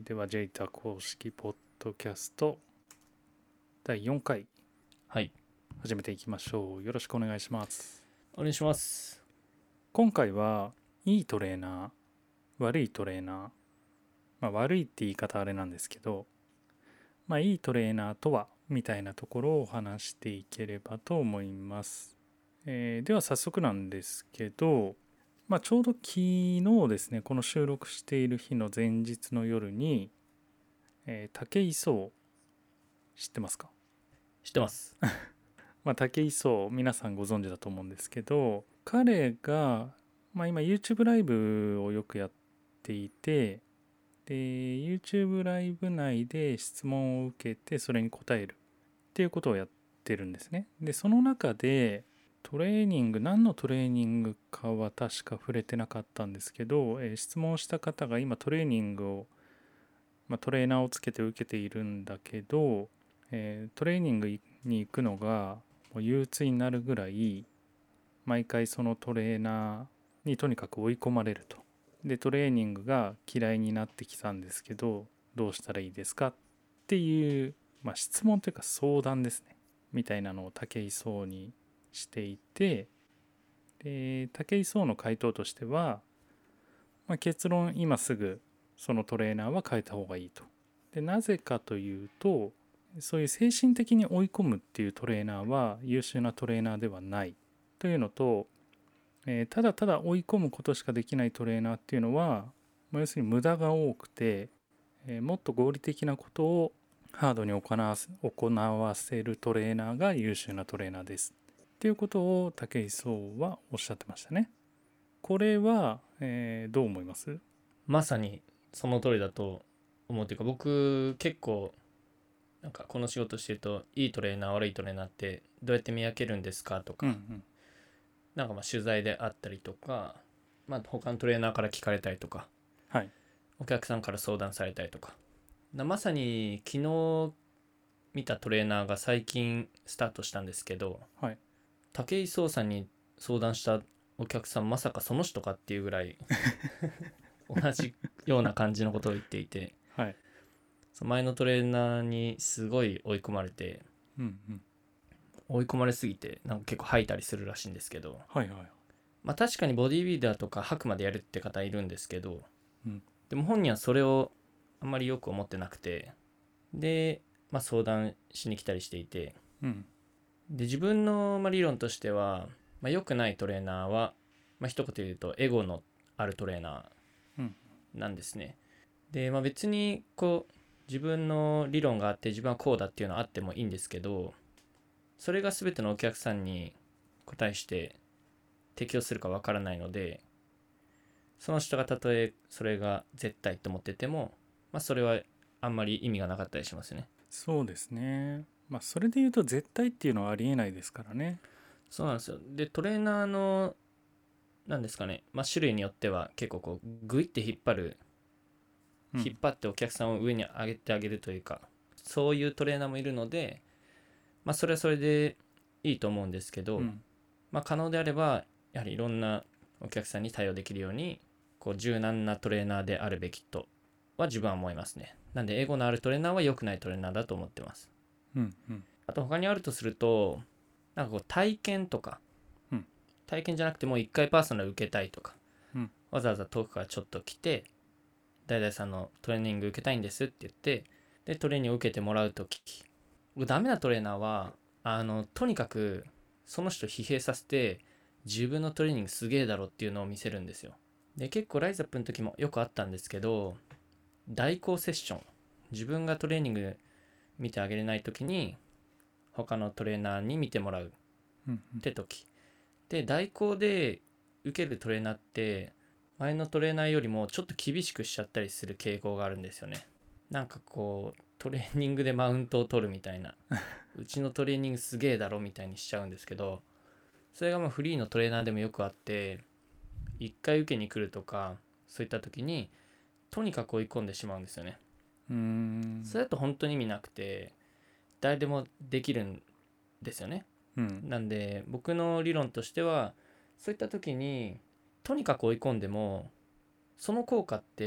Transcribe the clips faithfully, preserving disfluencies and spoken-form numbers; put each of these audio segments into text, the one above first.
ー、ではジェイタ公式ポッドキャストだいよんかいはい始めていきましょう。よろしくお願いします。 お願いします。 今回はいいトレーナー悪いトレーナー、まあ、悪いって言い方あれなんですけど、まあ、いいトレーナーとはみたいなところを話していければと思います。えー、では早速なんですけど、まあ、ちょうど昨日ですね、この収録している日の前日の夜に、えー、武井壮知ってますか？ 知ってます。 まあ、武井壮皆さんご存知だと思うんですけど、彼が、まあ、今 YouTube ライブをよくやっていて、で YouTube ライブ内で質問を受けてそれに答えるっていうことをやってるんですね。でその中でトレーニング何のトレーニングかは確か触れてなかったんですけど、えー質問した方が今トレーニングを、まあ、トレーナーをつけて受けているんだけど、えートレーニングに行くのがもう憂鬱になるぐらい毎回そのトレーナーにとにかく追い込まれると。でトレーニングが嫌いになってきたんですけどどうしたらいいですかっていう、まあ、質問というか相談ですねみたいなのを武井壮にしていて、で武井壮の回答としては、まあ、結論今すぐそのトレーナーは変えた方がいいと。でなぜかというとそういう精神的に追い込むっていうトレーナーは優秀なトレーナーではないというのと、えーただただ追い込むことしかできないトレーナーっていうのは、まあ、要するに無駄が多くて、えーもっと合理的なことをハードに行わせ行わせるトレーナーが優秀なトレーナーですっていうことを武井壮はおっしゃってましたね。これは、えーどう思います？ まさにその通りだと思うというか、僕結構なんかこの仕事してると、いいトレーナー悪いトレーナーってどうやって見分けるんですかとか、 うんうんなんかまあ取材であったりとか、まあ他のトレーナーから聞かれたりとか、 はいお客さんから相談されたりとか、まさに昨日見たトレーナーが最近スタートしたんですけど、 はい、 武井壮さんに相談したお客さんまさかその人かっていうぐらい同じような感じのことを言っていて、 はい、 前のトレーナーにすごい追い込まれて、 うんうん、 追い込まれすぎてなんか結構吐いたりするらしいんですけど、 はいはい、 まあ確かにボディビルダーとか吐くまでやるって方いるんですけど、 うん、 でも本人はそれをあんまりよく思ってなくて、で、まあ、相談しに来たりしていて、 うん、 で自分のまあ理論としては、まあ、良くないトレーナーは、まあ、一言で言うとエゴのあるトレーナうん、 ーなんですね。で、まあ、別にこう自分の理論があって自分はこうだっていうのはあってもいいんですけど、それが全てのお客さんに対して適用するかわからないので、その人がたとえそれが絶対と思ってても、まあ、それはあんまり意味がなかったりしますね。 そうですね。まあそれで言うと絶対っていうのはありえないですからね。 そうなんですよ。でトレーナーのなんですかね、まあ、種類によっては結構こうグイって引っ張る、 うん、 引っ張ってお客さんを上に上げてあげるというか、そういうトレーナーもいるので、まあ、それはそれでいいと思うんですけど、 うん、 まあ、可能であればやはりいろんなお客さんに対応できるようにこう柔軟なトレーナーであるべきとは自分は思いますね。なんでエゴのあるトレーナーは良くないトレーナーだと思ってます。 うん、うん、 あと他にあるとすると、なんかこう体験とか、 うん、 体験じゃなくてもう一回パーソナル受けたいとか、 うん、 わざわざ遠くからちょっと来て誰々さんのトレーニング受けたいんですって言って、でトレーニングを受けてもらうとき、ダメなトレーナーはあのとにかくその人を疲弊させて自分のトレーニングすげえだろっていうのを見せるんですよ。で結構ライズアップの時もよくあったんですけど、代行セッション、自分がトレーニング見てあげれない時に他のトレーナーに見てもらううん、 って時で、代行で受けるトレーナーって前のトレーナーよりもちょっと厳しくしちゃったりする傾向があるんですよね。なんかこうトレーニングでマウントを取るみたいなうちのトレーニングすげえだろみたいにしちゃうんですけど、それがまあフリーのトレーナーでもよくあって、一回受けに来るとかそういった時にとにかく追い込んでしまうんですよね。 うーん、 それだと本当に意味なくて誰でもできるんですよね。 うん、 なんで僕の理論としては、そういった時にとにかく追い込んでもその効果って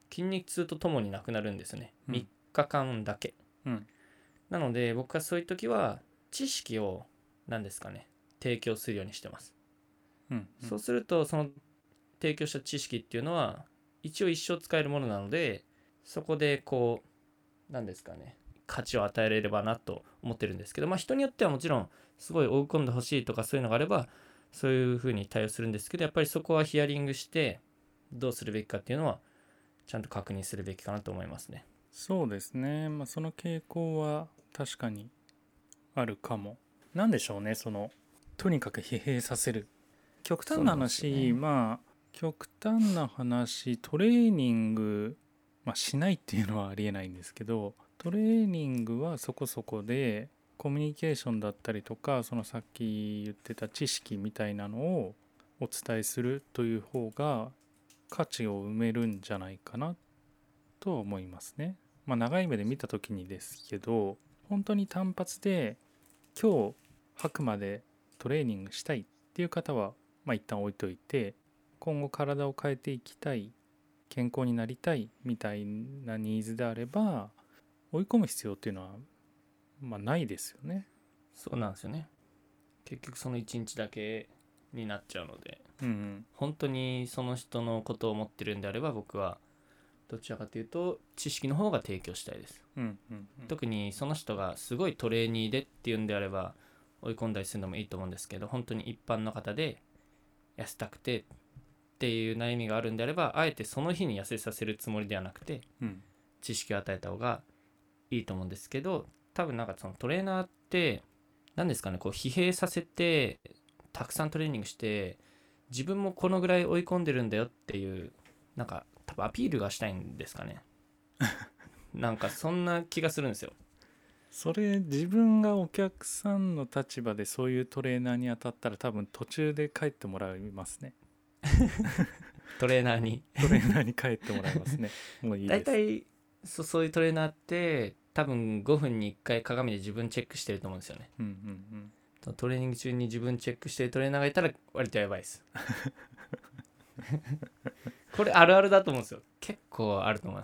筋肉痛とともになくなるんですね、 うんみっかかんだけ、 うん、 なので僕はそういう時は知識を何ですかね提供するようにしてます、 うんうん、 そうするとその提供した知識っていうのは一応一生使えるものなので、そこでこう何ですかね価値を与えれればなと思ってるんですけど、まあ人によってはもちろんすごい追い込んでほしいとかそういうのがあればそういうふうに対応するんですけど、やっぱりそこはヒアリングしてどうするべきかっていうのはちゃんと確認するべきかなと思いますね。 そうですね、まあ、その傾向は確かにあるかも。なんでしょうね、そのとにかく疲弊させる。極端な話、ね、まあ極端な話トレーニング、まあ、しないっていうのはありえないんですけど、トレーニングはそこそこでコミュニケーションだったりとか、そのさっき言ってた知識みたいなのをお伝えするという方が価値を埋めるんじゃないかなと思いますね。まあ長い目で見た時にですけど、本当に単発で今日吐くまでトレーニングしたいっていう方はまあ一旦置いといて、今後体を変えていきたい、健康になりたいみたいなニーズであれば追い込む必要っていうのはまあないですよね。 そうなんですよね。結局そのいちにちだけになっちゃうので、 うんうん、 本当にその人のことを思ってるんであれば僕はどちらかというと知識の方が提供したいです、 うんうんうん、 特にその人がすごいトレーニーでっていうんであれば追い込んだりするのもいいと思うんですけど、本当に一般の方で痩せたくてっていう悩みがあるんであれば、あえてその日に痩せさせるつもりではなくて、 うん、 知識を与えた方がいいと思うんですけど、多分なんかそのトレーナーって何ですかね、こう疲弊させてたくさんトレーニングして自分もこのぐらい追い込んでるんだよっていうなんか多分アピールがしたいんですかねなんかそんな気がするんですよ。 それ自分がお客さんの立場でそういうトレーナーに当たったら多分途中で帰ってもらいますね。 トレーナーにトレーナーに帰ってもらいますね。もういいです。 大体 そ, そういうトレーナーって多分ごふんにいっかい鏡で自分チェックしてると思うんですよね。 うんうんトレーニング中に自分チェックしてるトレーナーがいたら割とやばいですこれあるあるだと思うんですよ。結構あると思います。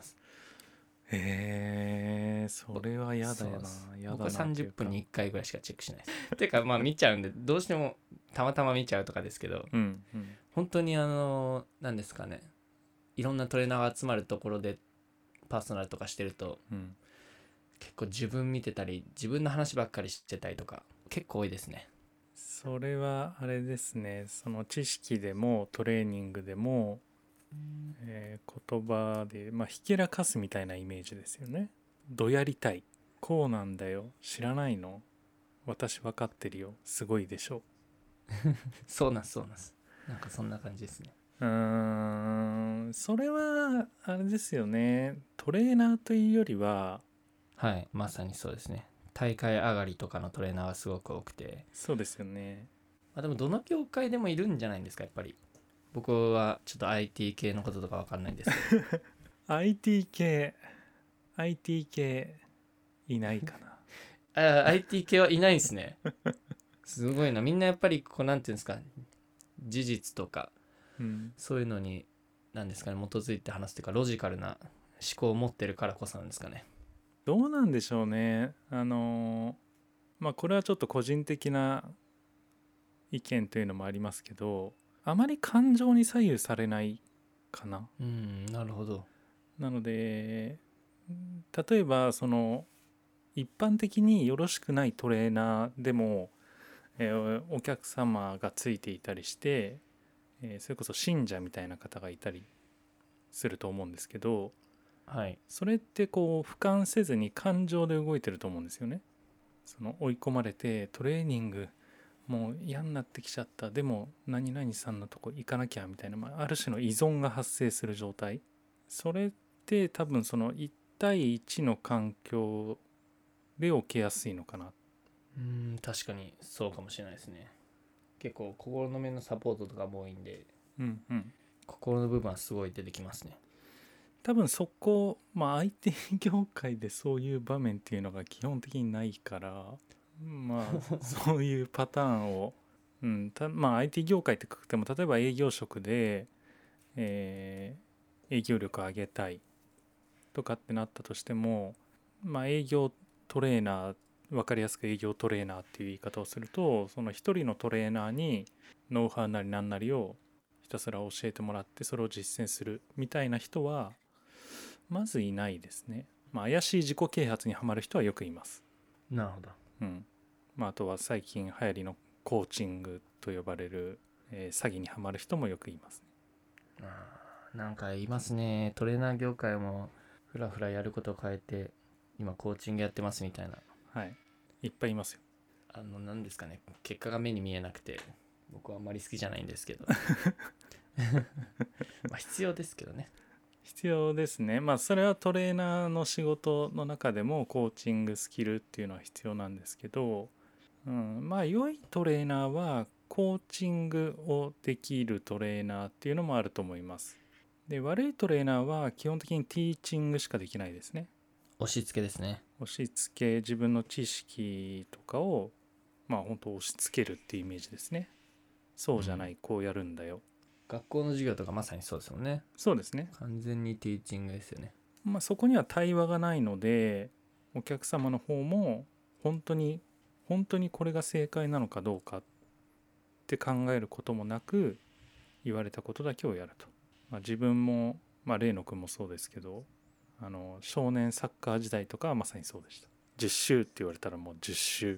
へえ、それは嫌だよな。嫌だな。 僕はさんじゅっぷんにいっかいぐらいしかチェックしないですていうかまあ見ちゃうんでどうしてもたまたま見ちゃうとかですけど、 うんうん、 本当にあの何ですかね、いろんなトレーナーが集まるところでパーソナルとかしてると、 うん、 結構自分見てたり自分の話ばっかりしてたりとか結構多いですね。 それはあれですね。その知識でもトレーニングでも、えー言葉で、まあ、ひけらかすみたいなイメージですよね。どやりたい。こうなんだよ。知らないの？私分かってるよ。すごいでしょ。 そうなんすそうなんすなんかそんな感じですね。 うーん、それはあれですよね。トレーナーというよりは、 はい、まさにそうですね。大会上がりとかのトレーナーがすごく多くて、 そうですよね。 まあ、でもどの業界でもいるんじゃないんですかやっぱり。僕はちょっと アイティー 系のこととか分かんないんですけどアイティー 系、アイティー 系いないかな。 あ アイティー 系はいないんですね。すごいな。みんなやっぱりこうなんていうんですか、事実とかうん、 そういうのに何ですかね基づいて話すというかロジカルな思考を持ってるからこそなんですかね。 どうなんでしょうね。あのまあこれはちょっと個人的な意見というのもありますけど、あまり感情に左右されないかな。 うん、なるほど。 なので例えばその一般的によろしくないトレーナーでも、えーお客様がついていたりして、えーそれこそ信者みたいな方がいたりすると思うんですけど、 はい。 それってこう俯瞰せずに感情で動いてると思うんですよね。その追い込まれてトレーニングもう嫌になってきちゃった、でも何々さんのとこ行かなきゃみたいな、まあ、ある種の依存が発生する状態。それって多分そのいち対いちの環境で起きやすいのかな。 うん、確かにそうかもしれないですね。結構心の面のサポートとかも多いんで、 うんうん。 心の部分はすごい出てきますね。 多分そこ、まあ アイティー 業界でそういう場面っていうのが基本的にないから、まあそういうパターンを、うん、たまあ アイティー 業界って書くても例えば営業職で、えー営業力を上げたい、 とかってなったとしても、まあ、営業トレーナー、分かりやすく営業トレーナーっていう言い方をすると、その一人のトレーナーにノウハウなり何なりをひたすら教えてもらってそれを実践するみたいな人はまずいないですね。まあ、怪しい自己啓発にはまる人はよくいます。 なるほど。 うんまあ、あとは最近流行りのコーチングと呼ばれる、えー詐欺にはまる人もよくいますね。 あーなんかいますね。トレーナー業界もふらふらやることを変えて今コーチングやってますみたいな。 はいいっぱいいますよ。 あの何ですかね、結果が目に見えなくて僕はあんまり好きじゃないんですけどまあ必要ですけどね。 必要ですね。まあそれはトレーナーの仕事の中でもコーチングスキルっていうのは必要なんですけど、うん、まあ良いトレーナーはコーチングをできるトレーナーっていうのもあると思います。で悪いトレーナーは基本的にティーチングしかできないですね。 押し付けですね。 押し付け、自分の知識とかをまあ本当押し付けるっていうイメージですね。そうじゃない、 うん、 こうやるんだよ。 学校の授業とかまさにそうですもんね。 そうですね。 完全にティーチングですよね。 まあそこには対話がないので、お客様の方も本当に本当にこれが正解なのかどうかって考えることもなく、言われたことだけをやると。まあ、自分も、まあ、例の君もそうですけど、あの少年サッカー時代とかはまさにそうでした。じゅっ周って言われたらもうじゅっ周。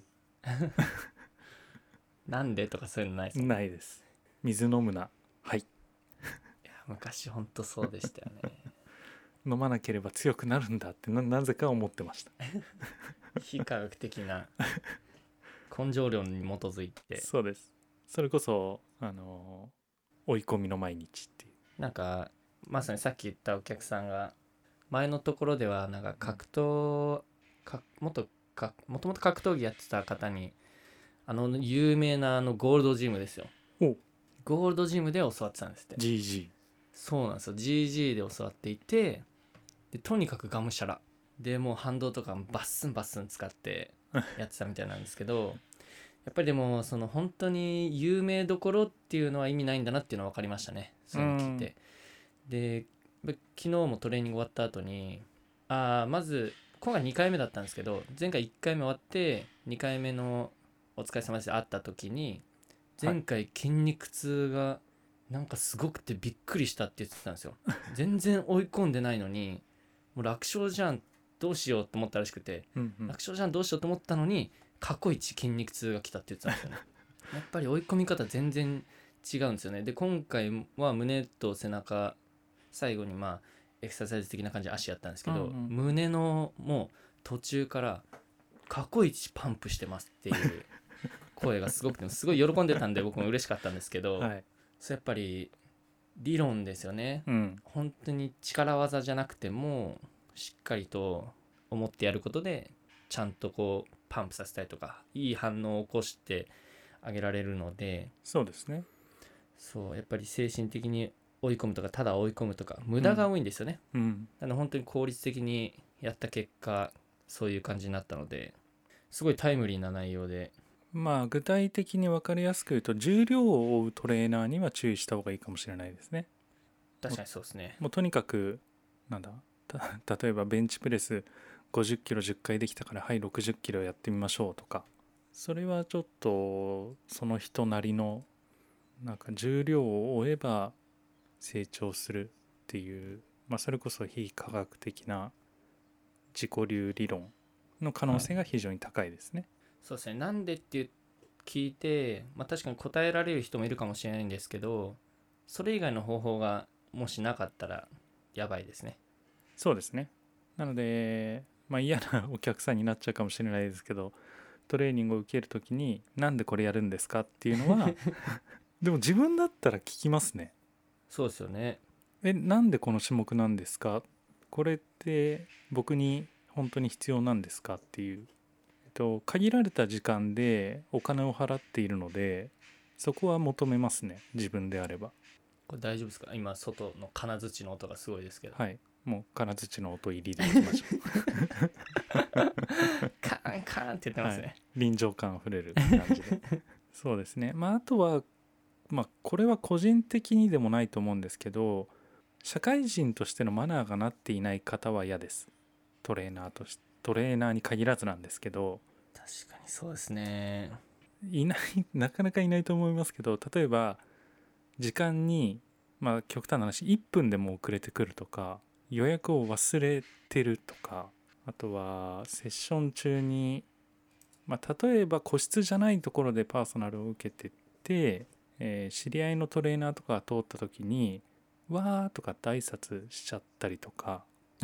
なんでとかそういうのないですもん。 ないです。水飲むな、はい。 いや昔ほんとそうでしたよね。 飲まなければ強くなるんだってななぜか思ってました。 非科学的な根性論に基づいて。 そうです。それこそあの追い込みの毎日っていう。 なんかまさにさっき言ったお客さんが前のところではなんか格闘か元かもともと格闘技やってた方にあの有名なあのゴールドジムですよ。 おゴールドジムで教わってたんですって。 ジージそうなんですよ。 ジージー で教わっていて、でとにかくがむしゃらでもう反動とかバッスンバッスン使ってやってたみたいなんですけどやっぱりでもその本当に有名どころっていうのは意味ないんだなっていうのは分かりましたね。そういうの聞いて。で昨日もトレーニング終わった後にあまず今回にかいめだったんですけど、前回いっかいめ終わってにかいめのお疲れ様です会った時に前回筋肉痛がなんかすごくてびっくりしたって言ってたんですよ。全然追い込んでないのにもう楽勝じゃんどうしようと思ったらしくて、 うんうん、 楽勝じゃんどうしようと思ったのに過去一筋肉痛が来たって言ってたんですよね。やっぱり追い込み方全然違うんですよね。で今回は胸と背中最後にまあエクササイズ的な感じで足やったんですけど、 うんうん、 胸のもう途中から過去一パンプしてますっていう声がすごくてすごい喜んでたんで僕も嬉しかったんですけど、 はい、 それやっぱり理論ですよね、 うん、 本当に力技じゃなくてもしっかりと思ってやることでちゃんとこうパンプさせたりとかいい反応を起こしてあげられるので、 そうですね。 そうやっぱり精神的に追い込むとかただ追い込むとか無駄が多いんですよね、 うん、 なので本当に効率的にやった結果そういう感じになったのですごいタイムリーな内容で、 まあ具体的に分かりやすく言うと重量を負うトレーナーには注意した方がいいかもしれないですね。 確かにそうですね。 もうとにかくなんだた例えばベンチプレスごじゅっキロじゅっかいできたからはいろくじゅっキロやってみましょうとか、それはちょっとその人なりのなんか重量を負えば成長するっていう、まあ、それこそ非科学的な自己流理論の可能性が非常に高いですね、はい、 そうですね。なんでって聞いて、まあ、確かに答えられる人もいるかもしれないんですけどそれ以外の方法がもしなかったらやばいですね。 そうですね。なので、まあ、嫌なお客さんになっちゃうかもしれないですけどトレーニングを受けるときになんでこれやるんですかっていうのはでも自分だったら聞きますね。 そうですよね。 えなんでこの種目なんですか、これって僕に本当に必要なんですかっていう、えっと、限られた時間でお金を払っているのでそこは求めますね、自分であれば。 これ大丈夫ですか？今外の金槌の音がすごいですけど、 はい、もう金槌の音入りでいきましょうカーンカーンって言ってますね、はい、 臨場感あふれる感じでそうですね。まああとはまあこれは個人的にでもないと思うんですけど、 社会人としてのマナーがなっていない方は嫌です。トレーナーとしてトレーナーに限らずなんですけど、 確かにそうですね。 いないなかなかいないと思いますけど、例えば時間に、まあ極端な話いっぷんでも遅れてくるとか、予約を忘れてるとか、あとはセッション中に、まあ、例えば個室じゃないところでパーソナルを受けてて、えー知り合いのトレーナーとかが通った時にわーとかって挨拶しちゃったりとか、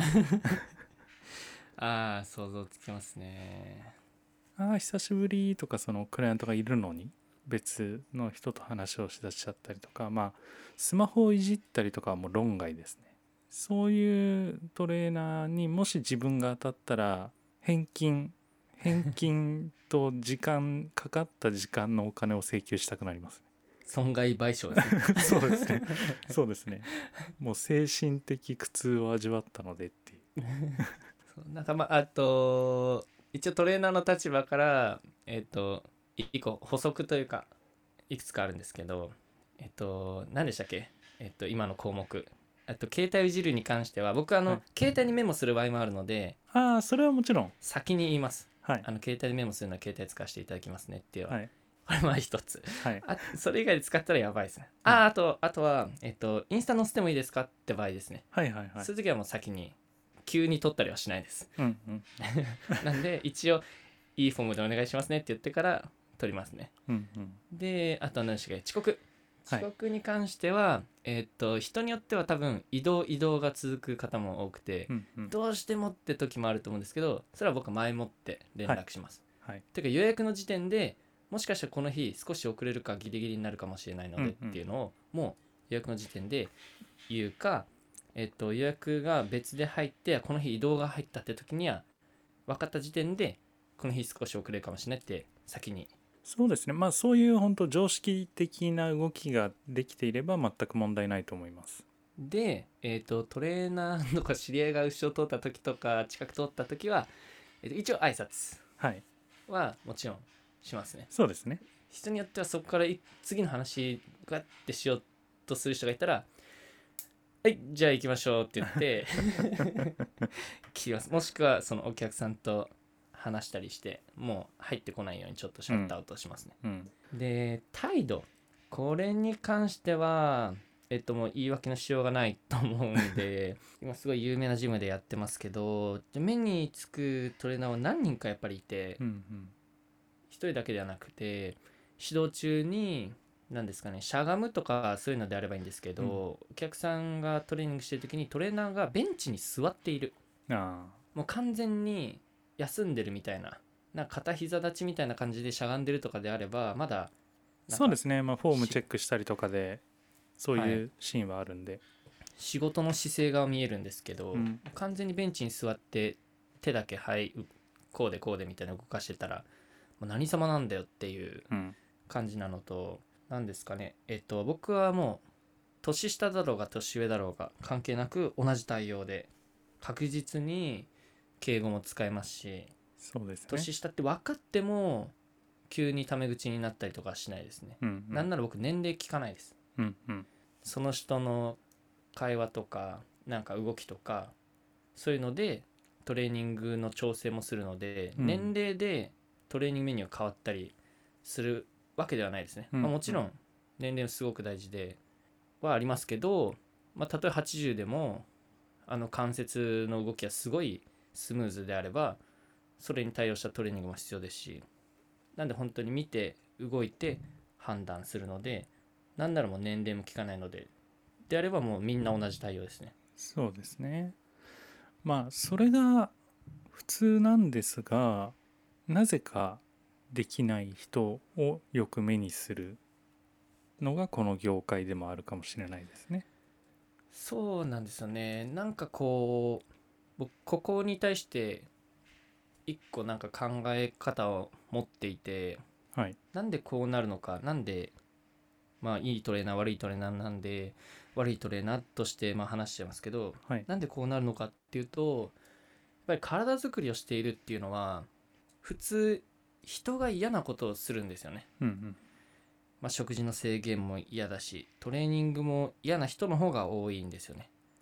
ああ、想像つきますね。 あー久しぶりとか、そのクライアントがいるのに別の人と話をしだしちゃったりとか、まあスマホをいじったりとかはもう論外ですね。そういうトレーナーにもし自分が当たったら返金返金と時間かかった時間のお金を請求したくなります損害賠償ですね。 そうですねそうですね。もう精神的苦痛を味わったのでっていう。 そうなんかまああと一応トレーナーの立場からえっ、とい一個補足というかいくつかあるんですけど、えっ、と何でしたっけ、えっ、と今の項目、あと携帯をいじるに関しては僕あの、 はい携帯にメモする場合もあるのでああそれはもちろん。 先に言います。 はいあの携帯でメモするのは携帯使わせていただきますねっていうのは、 はいこれは一つ。 はいあそれ以外で使ったらやばいですね。 うんああとあとはえっ、とインスタ載せてもいいですかって場合ですね。 はいはいはいそういう時はもう先に急に取ったりはしないです。 うんうんなんで一応いいフォームでお願いしますねって言ってから取りますね。 うんうんであとは何でしたっけ、遅刻はい遅刻に関しては、えーっと人によっては多分移動移動が続く方も多くて、 うんうんどうしてもって時もあると思うんですけど、それは僕は前もって連絡します、 はいてか予約の時点でもしかしたらこの日少し遅れるかギリギリになるかもしれないのでっていうのをもう予約の時点で言うか、えっと予約が別で入ってこの日移動が入ったって時には分かった時点でこの日少し遅れるかもしれないって先に。 そうですね。まあそういう本当常識的な動きができていれば全く問題ないと思います。 で、えー、とトレーナーとか知り合いが後ろ通った時とか近く通った時は、えーと一応挨拶はいはもちろんしますね。 そうですね。 人によってはそこからい次の話ガッてしようとする人がいたら、はいじゃあ行きましょうって言って切ります。もしくはそのお客さんと話したりしてもう入ってこないようにちょっとシャットアウトしますね、 うんで態度、これに関してはえっともう言い訳のしようがないと思うんで今すごい有名なジムでやってますけど、目につくトレーナーは何人かやっぱりいて、 うんうん一人だけではなくて指導中に何ですかね、しゃがむとかそういうのであればいいんですけど、 うんお客さんがトレーニングしてる時にトレーナーがベンチに座っている、 あもう完全に休んでるみたいな、なんか片膝立ちみたいな感じでしゃがんでるとかであればまだなんかそうですね。まあフォームチェックしたりとかでそういうシーンはあるんで、 仕事の姿勢が見えるんですけど、 うん完全にベンチに座って手だけはいうこうでこうでみたいな動かしてたらもう何様なんだよっていううん感じなのと、何ですかね、えっと僕はもう年下だろうが年上だろうが関係なく同じ対応で確実に敬語も使えますし、 そうですね。 年下って分かっても急にタメ口になったりとかはしないですね、 うんうんなんなら僕年齢聞かないです。 うんうんその人の会話とかなんか動きとかそういうのでトレーニングの調整もするので、 うん年齢でトレーニングメニューが変わったりするわけではないですね、 うんまあ、もちろん年齢もすごく大事ではありますけど、まあ、たとえはちじゅうでもあの関節の動きがすごいスムーズであればそれに対応したトレーニングも必要ですし、なんで本当に見て動いて判断するので、なんならもう年齢も聞かないのでであればもうみんな同じ対応ですね。 そうですね。まあそれが普通なんですが、なぜかできない人をよく目にするのがこの業界でもあるかもしれないですね。 そうなんですよね。なんかこう僕ここに対して一個なんか考え方を持っていて、 はいなんでこうなるのか、なんでまあいいトレーナー悪いトレーナーなんで悪いトレーナーとしてまあ話してますけど、 はいなんでこうなるのかっていうと、やっぱり体作りをしているっていうのは普通人が嫌なことをするんですよね。 うんうんまあ、食事の制限も嫌だしトレーニングも嫌な人の方が多いんですよね。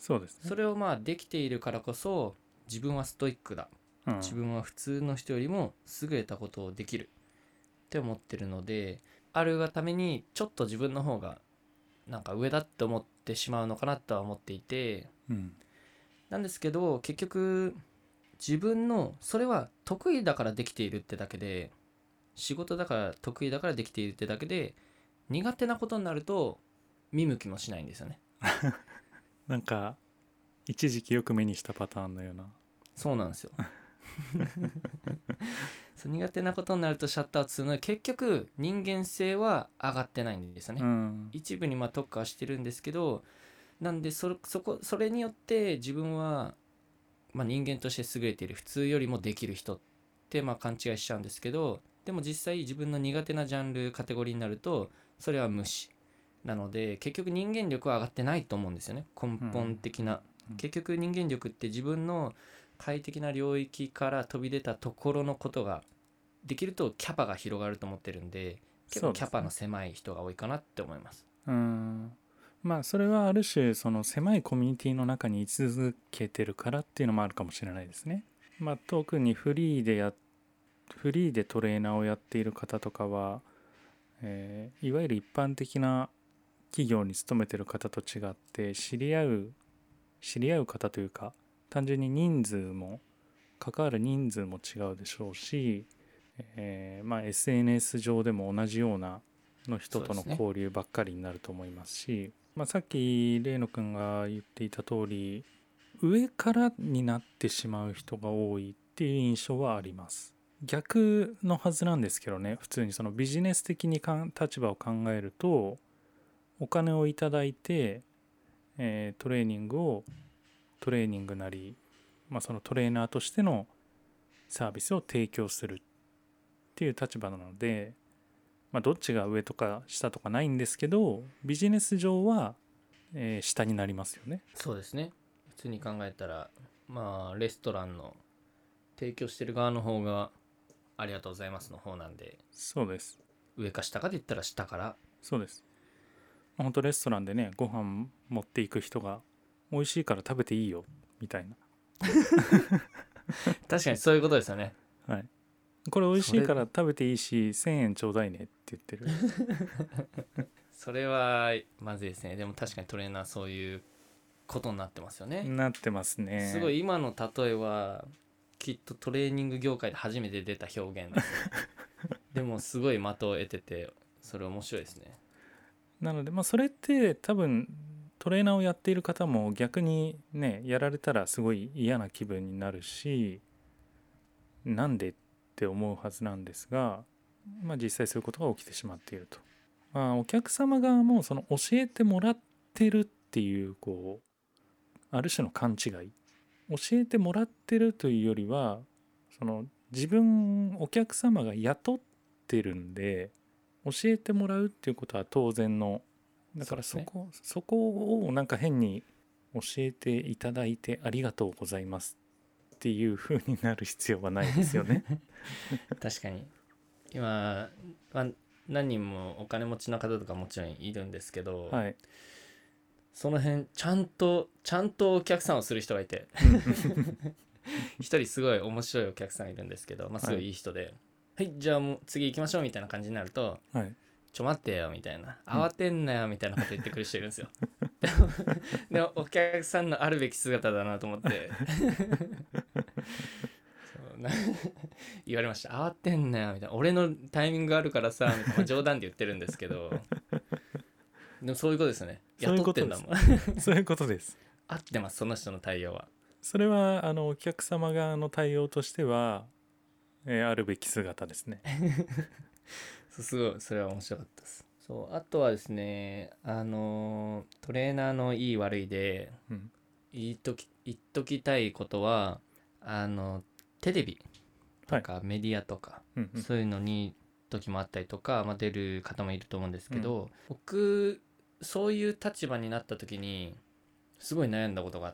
そうですね。 それをまあできているからこそ自分はストイックだ、 うん、 自分は普通の人よりも優れたことをできるって思ってるので、あるがためにちょっと自分の方がなんか上だって思ってしまうのかなとは思っていて、 うん、 なんですけど結局自分のそれは得意だからできているってだけで、仕事だから得意だからできているってだけで、苦手なことになると見向きもしないんですよね。 なんか一時期よく目にしたパターンのような。 そうなんですよそう苦手なことになるとシャットアウトするので、結局人間性は上がってないんですよね、 うん、 一部にまあ特化してるんですけど、なんでそそこそれによって自分は、まあ、人間として優れている、普通よりもできる人ってまあ勘違いしちゃうんですけど、でも実際自分の苦手なジャンルカテゴリーになるとそれは無視なので、結局人間力は上がってないと思うんですよね、根本的な、 うん、 結局人間力って自分の快適な領域から飛び出たところのことができるとキャパが広がると思ってるんで、結構キャパの狭い人が多いかなって思います。 うん、まあそれはある種その狭いコミュニティの中に居続けてるからっていうのもあるかもしれないですね。まあ特にフリーでやフリーでトレーナーをやっている方とかは、えーいわゆる一般的な企業に勤めてる方と違って知り合う知り合う方というか、単純に人数も関わる人数も違うでしょうし、えーまあ エスエヌエス 上でも同じようなの人との交流ばっかりになると思いますし、まあ、さっきレイノ君が言っていた通り、上からになってしまう人が多いっていう印象はあります。逆のはずなんですけどね。普通にそのビジネス的にかん立場を考えると、お金をいただいて、えートレーニングをトレーニングなり、まあ、そのトレーナーとしてのサービスを提供するっていう立場なので、まあ、どっちが上とか下とかないんですけど、ビジネス上は、えー下になりますよね。 そうですね、普通に考えたらまあレストランの提供してる側の方がありがとうございますの方なんで、 そうです。 上か下かで言ったら下から。 そうです。まあ、本当レストランでね、ご飯持っていく人が美味しいから食べていいよみたい確かにそういうことですよね。 な。はい。これ美味しいからそれ食べていいしせんえんちょうだいねって言ってる。 それはまずいですね。でも確かにトレーナーそういうことになってますよね。 なってますね。 すごい今の例えはきっとトレーニング業界で初めて出た表現ですねでもすごい的を得てて、それ面白いですね。 なので、まあ、それって多分トレーナーをやっている方も逆にね、やられたらすごい嫌な気分になるし、なんでって思うはずなんですが、まあ、実際そういうことが起きてしまっていると。まあ、お客様側もその教えてもらってるっていうこうある種の勘違い、教えてもらってるというよりは、その自分お客様が雇ってるんで教えてもらうっていうことは当然の、だからそこ そ,、ね、そこをなんか変に教えていただいてありがとうございますっていう風になる必要はないですよね確かに今、まあ、何人もお金持ちの方とかもちろんいるんですけど、 はい、 その辺ちゃんとちゃんとお客さんをする人がいて一人すごい面白いお客さんいるんですけど、まあ、すごいいい人で、はい、はい、じゃあもう次行きましょうみたいな感じになると、 はい、 ちょ待ってよみたいな、慌てんなよみたいなこと言ってくる人いるんですよでもお客さんのあるべき姿だなと思ってそうな言われました。慌てんなよみたいな、俺のタイミングあるからさみたいな、まあ、冗談で言ってるんですけどでもそういうことですよね。雇ってんだもんそういうことです。 合ってます、その人の対応は。 それはあのお客様側の対応としては、えーあるべき姿ですねそう、すごいそれは面白かったです。そう、あとはですね、あのトレーナーのいい悪いで、 うん、 言っとき言っときたいことは、あのテレビとかメディアとか、 うんうん、 そういうのに時もあったりとか、まあ、出る方もいると思うんですけど、うん、僕そういう立場になった時にすごい悩んだことがあって、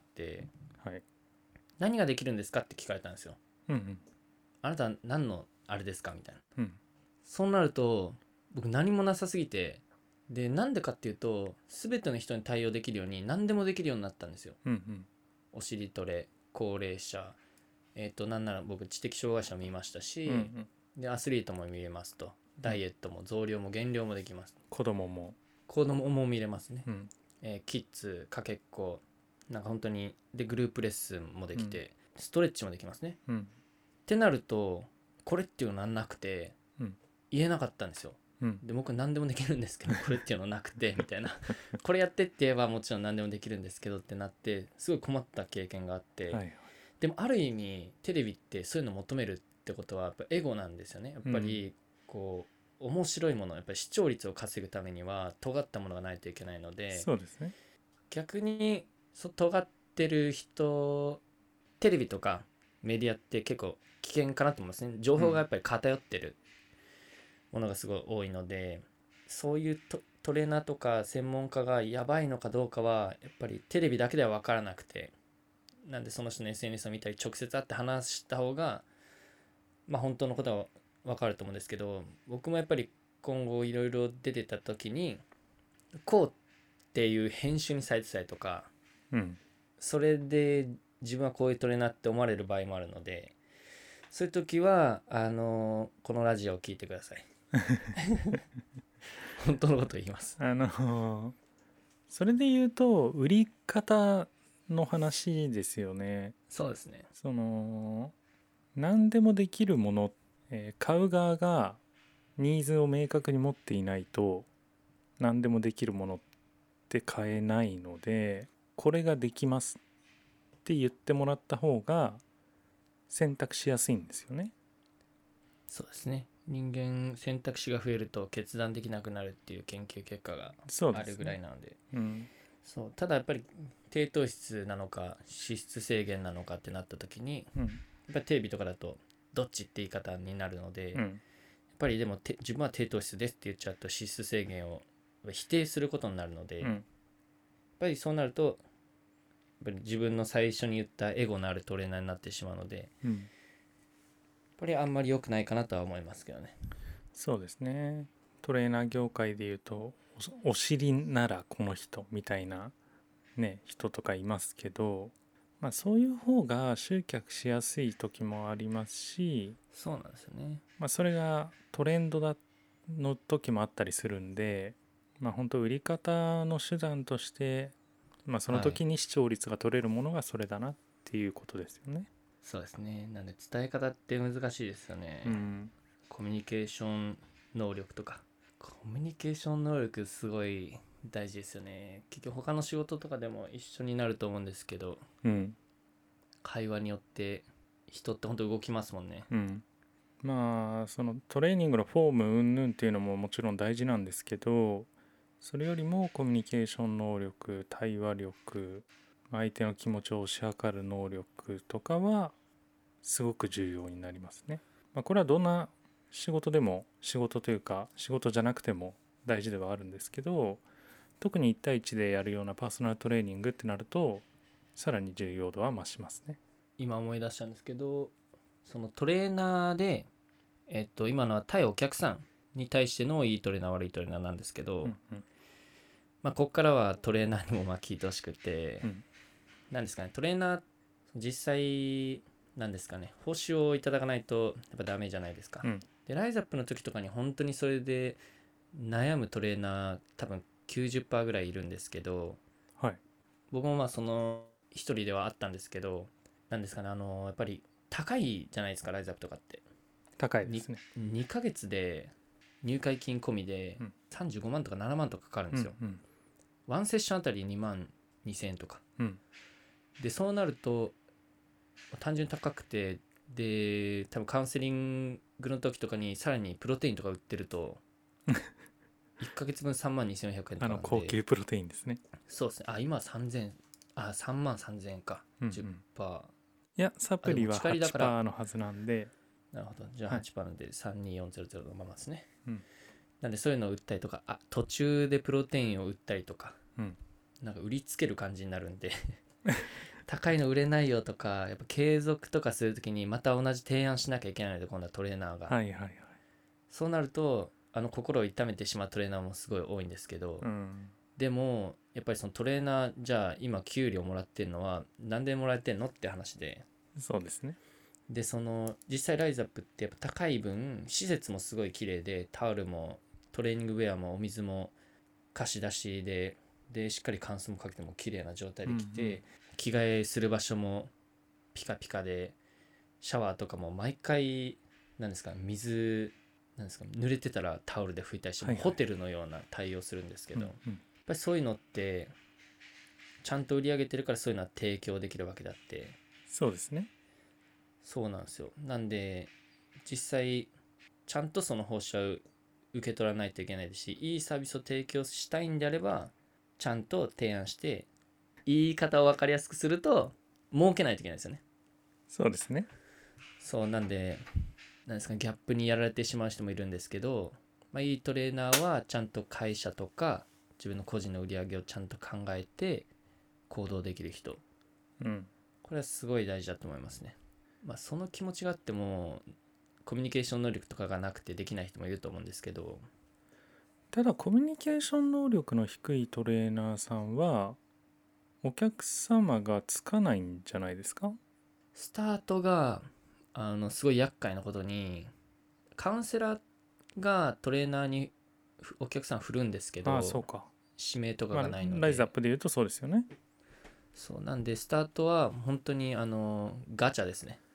はい、 何ができるんですかって聞かれたんですよ、 うんうん、 あなた何のあれですかみたいな、 うん、 そうなると僕何もなさすぎてでなんでかっていうと全ての人に対応できるように何でもできるようになったんですよ。 うんうんお尻トレ、高齢者、えっ、となんなら僕知的障害者も見ましたし、 うんうんでアスリートも見れますと、ダイエットも増量も減量もできます、 子供も、 子供も見れますね、 うんえーキッズ、かけっこ、なんか本当にでグループレッスンもできて、ストレッチもできますね。 うんってなるとこれっていうのはなくて、 うん言えなかったんですよ。 うんで僕何でもできるんですけどこれっていうのなくてみたいなこれやってって言えばもちろん何でもできるんですけどってなってすごい困った経験があって、 はいはいでもある意味テレビってそういうの求めるってことはやっぱエゴなんですよね。やっぱりこう面白いもの、やっぱり視聴率を稼ぐためには尖ったものがないといけないので、 そうですね。 逆にそ尖ってる人、テレビとかメディアって結構危険かなと思いますね。情報がやっぱり偏ってるものがすごい多いので、そういうトトレーナーとか専門家がやばいのかどうかはやっぱりテレビだけでは分からなくて、なんでその人の エスエヌエス を見たり直接会って話した方がまあ本当のことは分かると思うんですけど、僕もやっぱり今後いろいろ出てた時にこうっていう編集にされてたりとか、 うんそれで自分はこういうトレーナーって思われる場合もあるので、そういう時はあのこのラジオを聞いてください本当のことを言います。 あのそれで言うと売り方の話ですよね。 そうですね。 その何でもできるもの、えー買う側がニーズを明確に持っていないと何でもできるものって買えないので、これができますって言ってもらった方が選択しやすいんですよね。 そうですね。人間選択肢が増えると決断できなくなるっていう研究結果があるぐらいなので、 うんそうただやっぱり低糖質なのか脂質制限なのかってなった時に、 うんやっぱりテレビとかだとどっちって言い方になるので、やっうんぱりでもて自分は低糖質ですって言っちゃうと脂質制限を否定することになるので、やっうんぱりそうなるとやっぱり自分の最初に言ったエゴのあるトレーナーになってしまうので、 うんやっぱりあんまり良くないかなとは思いますけどね。 そうですね。トレーナー業界でいうとおお尻ならこの人みたいなね人とかいますけど、まあそういう方が集客しやすい時もありますし、 そうなんですよね。 まあそれがトレンドだの時もあったりするんで、まあ本当売り方の手段として、まあその時に視聴率が取れるものがそれだなっていうことですよね。 そうですね。なんで伝え方って難しいですよね。 うんコミュニケーション能力とか。コミュニケーション能力すごい大事ですよね。結局他の仕事とかでも一緒になると思うんですけど、 うん会話によって人って本当動きますもんね。 うんまあそのトレーニングのフォーム云々っていうのももちろん大事なんですけど、それよりもコミュニケーション能力、対話力、相手の気持ちを推し量る能力とかはすごく重要になりますね。まあ、これはどんな仕事でも、仕事というか仕事じゃなくても大事ではあるんですけど、特にいち対いちでやるようなパーソナルトレーニングってなるとさらに重要度は増しますね。 今思い出したんですけど、そのトレーナーで、えっと、今のは対お客さんに対してのいいトレーナー悪いトレーナーなんですけど、 うんうんまあ、ここからはトレーナーにもまあ聞いてほしくて、 うんなんですかね、トレーナー実際なんですかね、報酬をいただかないとやっぱダメじゃないですか。 うんでライズアップの時とかに本当にそれで悩むトレーナー多分きゅうじゅっパーセントぐらいいるんですけど、 はい僕もまあその一人ではあったんですけど、なんですかね、あのやっぱり高いじゃないですか、ライズアップとかって高いですね。 にかげつで入会金込みでうんさんじゅうごまんとかななまんとかかかるんですよ、 うんワンセッションあたりにまんにせんえんとかうんで、そうなると単純に高くて、で多分カウンセリングの時とかにさらにプロテインとか売ってるといっかげつぶんさんまんにせんよんひゃくえんとあかなんで、 の高級プロテインですね。 そうですね、あ今さんぜんあさんまんさんぜんえんか、 うんうんじゅっパーセント、 いやサプリはあでも近いだからはちパーセントのはずなんで、 なるほど、じゃあはいはちパーセントなんでさんにーよんぜろぜろのままですね、 うんなんでそういうのを売ったりとか、あ途中でプロテインを売ったりとか、 うんなんか売りつける感じになるんで高いの売れないよとか、やっぱ継続とかするときにまた同じ提案しなきゃいけないので、今度はトレーナーが、 はいはいはいそうなるとあの心を痛めてしまうトレーナーもすごい多いんですけど、 うん、 でもやっぱりそのトレーナーじゃあ今給料もらってるのはなんでもらえてんのって話で、 そうですね。 でその実際ライザップってやっぱ高い分施設もすごい綺麗で、タオルもトレーニングウェアもお水も貸し出しで、でしっかり乾燥もかけても綺麗な状態で来て、 うんうん、 着替えする場所もピカピカで、シャワーとかも毎回なんですか水なんですか濡れてたらタオルで拭いたりして、 はいはい、 ホテルのような対応するんですけど、 うんうん、 やっぱりそういうのってちゃんと売り上げてるからそういうのは提供できるわけであって、 そうですね。 そうなんですよ。なんで実際ちゃんとその報酬は受け取らないといけないですし、いいサービスを提供したいんであればちゃんと提案して、言い方を分かりやすくすると儲けないといけないですよね。 そうですね。 そうなんで、なんですか、ギャップにやられてしまう人もいるんですけど、まあ、いいトレーナーはちゃんと会社とか自分の個人の売り上げをちゃんと考えて行動できる人、 うん、 これはすごい大事だと思いますね。まあその気持ちがあってもコミュニケーション能力とかがなくてできない人もいると思うんですけど、 ただコミュニケーション能力の低いトレーナーさんはお客様がつかないんじゃないですか？ スタートがあのすごい厄介なことに、カウンセラーがトレーナーにお客さん振るんですけああ、そど、 うか。 指名とかまあ、 がないのライズアッで、 プで言うとそうですよね。 そうなんでスタートは本当にあのガチャですね。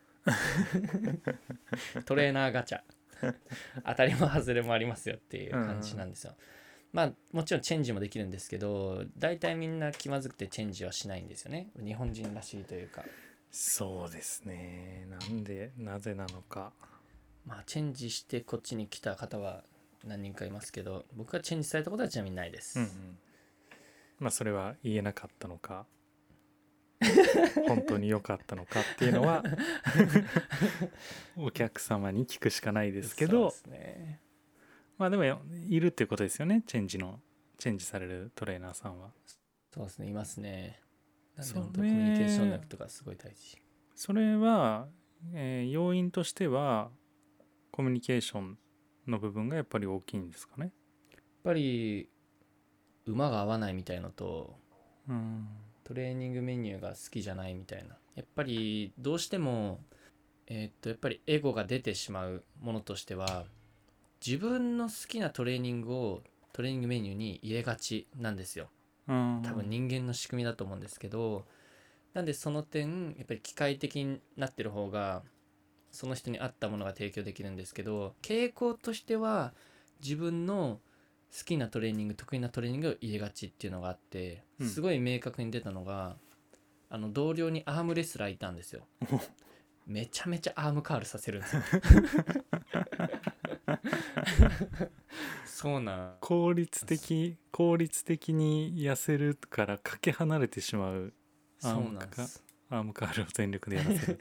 トレーナーガチャ。当たりも外れもありますよっていう感じなんですよ。まあもちろんチェンジもできるんですけど、大体みんな気まずくてチェンジはしないんですよね。日本人らしいというか。 そうですね。なんで、なぜなのか。 まあチェンジしてこっちに来た方は何人かいますけど、僕はチェンジされたことはちなみにないです。 うんうん。まあ、それは言えなかったのか、本当に良かったのかっていうのはお客様に聞くしかないですけど、 そうですね。 まあでもいるっていうことですよね。チェンジの、チェンジされるトレーナーさんは。 そうですね、いますね。なんでそ本当コミュニケーションれ、 力とかすごい大事。 それは、えー要因としては、コミュニケーションの部分がやっぱり大きいんですかね。 やっぱり馬が合わないみたいのと、 うん。 トレーニングメニューが好きじゃないみたいな、やっぱりどうしてもえーっとやっぱりエゴが出てしまうものとしては、自分の好きなトレーニングをトレーニングメニューに入れがちなんですよ。 うん。 多分人間の仕組みだと思うんですけど、なんでその点やっぱり機械的になってる方がその人に合ったものが提供できるんですけど、傾向としては自分の好きなトレーニング得意なトレーニングを入れがちっていうのがあって、 うんすごい明確に出たのが、あの同僚にアームレスラーいたんですよ。めちゃめちゃアームカールさせるんですよ。そうなん効率的効率的に痩せるからかけ離れてしまうアそうームかなんですアームカールを全力でやらせる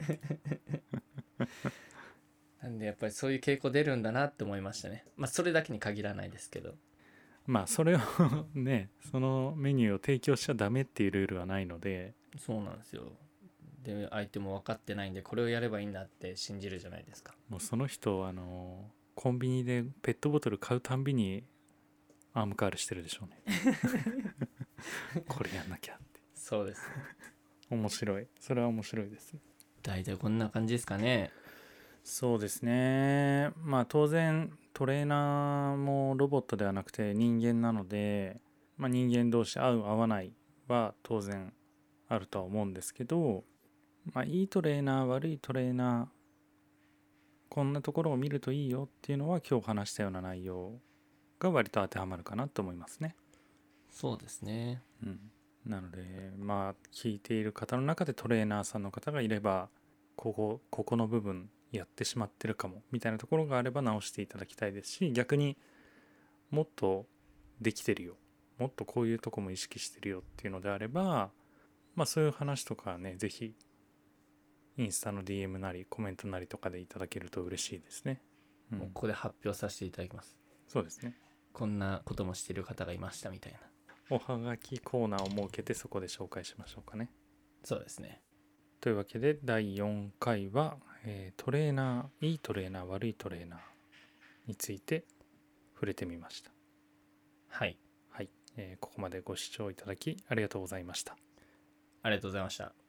なんでやっぱりそういう傾向出るんだなって思いましたね。まあそれだけに限らないですけど。 まあそれをねそのメニューを提供しちゃダメっていうルールはないので、 そうなんですよ。で相手も分かってないんでこれをやればいいんだって信じるじゃないですか。 もうその人あのコンビニでペットボトル買うたんびにアームカールしてるでしょうねこれやんなきゃって。 そうですね。 面白い、それは面白いですね。 大体こんな感じですかね。 そうですね。まあ当然トレーナーもロボットではなくて人間なので、まあ、人間同士合う合わないは当然あるとは思うんですけど、まあ、いいトレーナー悪いトレーナーこんなところを見るといいよっていうのは今日話したような内容が割と当てはまるかなと思いますね。 そうですね。 うん、なのでまあ聞いている方の中でトレーナーさんの方がいればここここの部分やってしまってるかもみたいなところがあれば直していただきたいですし、逆にもっとできてるよ、もっとこういうとこも意識してるよっていうのであれば、まあそういう話とかね、ぜひインスタの ディーエム なりコメントなりとかでいただけると嬉しいですね。うん、 もうここで発表させていただきます。 そうですね。 こんなこともしてる方がいましたみたいな。 おはがきコーナーを設けてそこで紹介しましょうかね。 そうですね。 というわけでだいよんかいは、えートレーナーいいトレーナー悪いトレーナーについて触れてみました。 はい、 はい、えーここまでご視聴いただきありがとうございました。 ありがとうございました。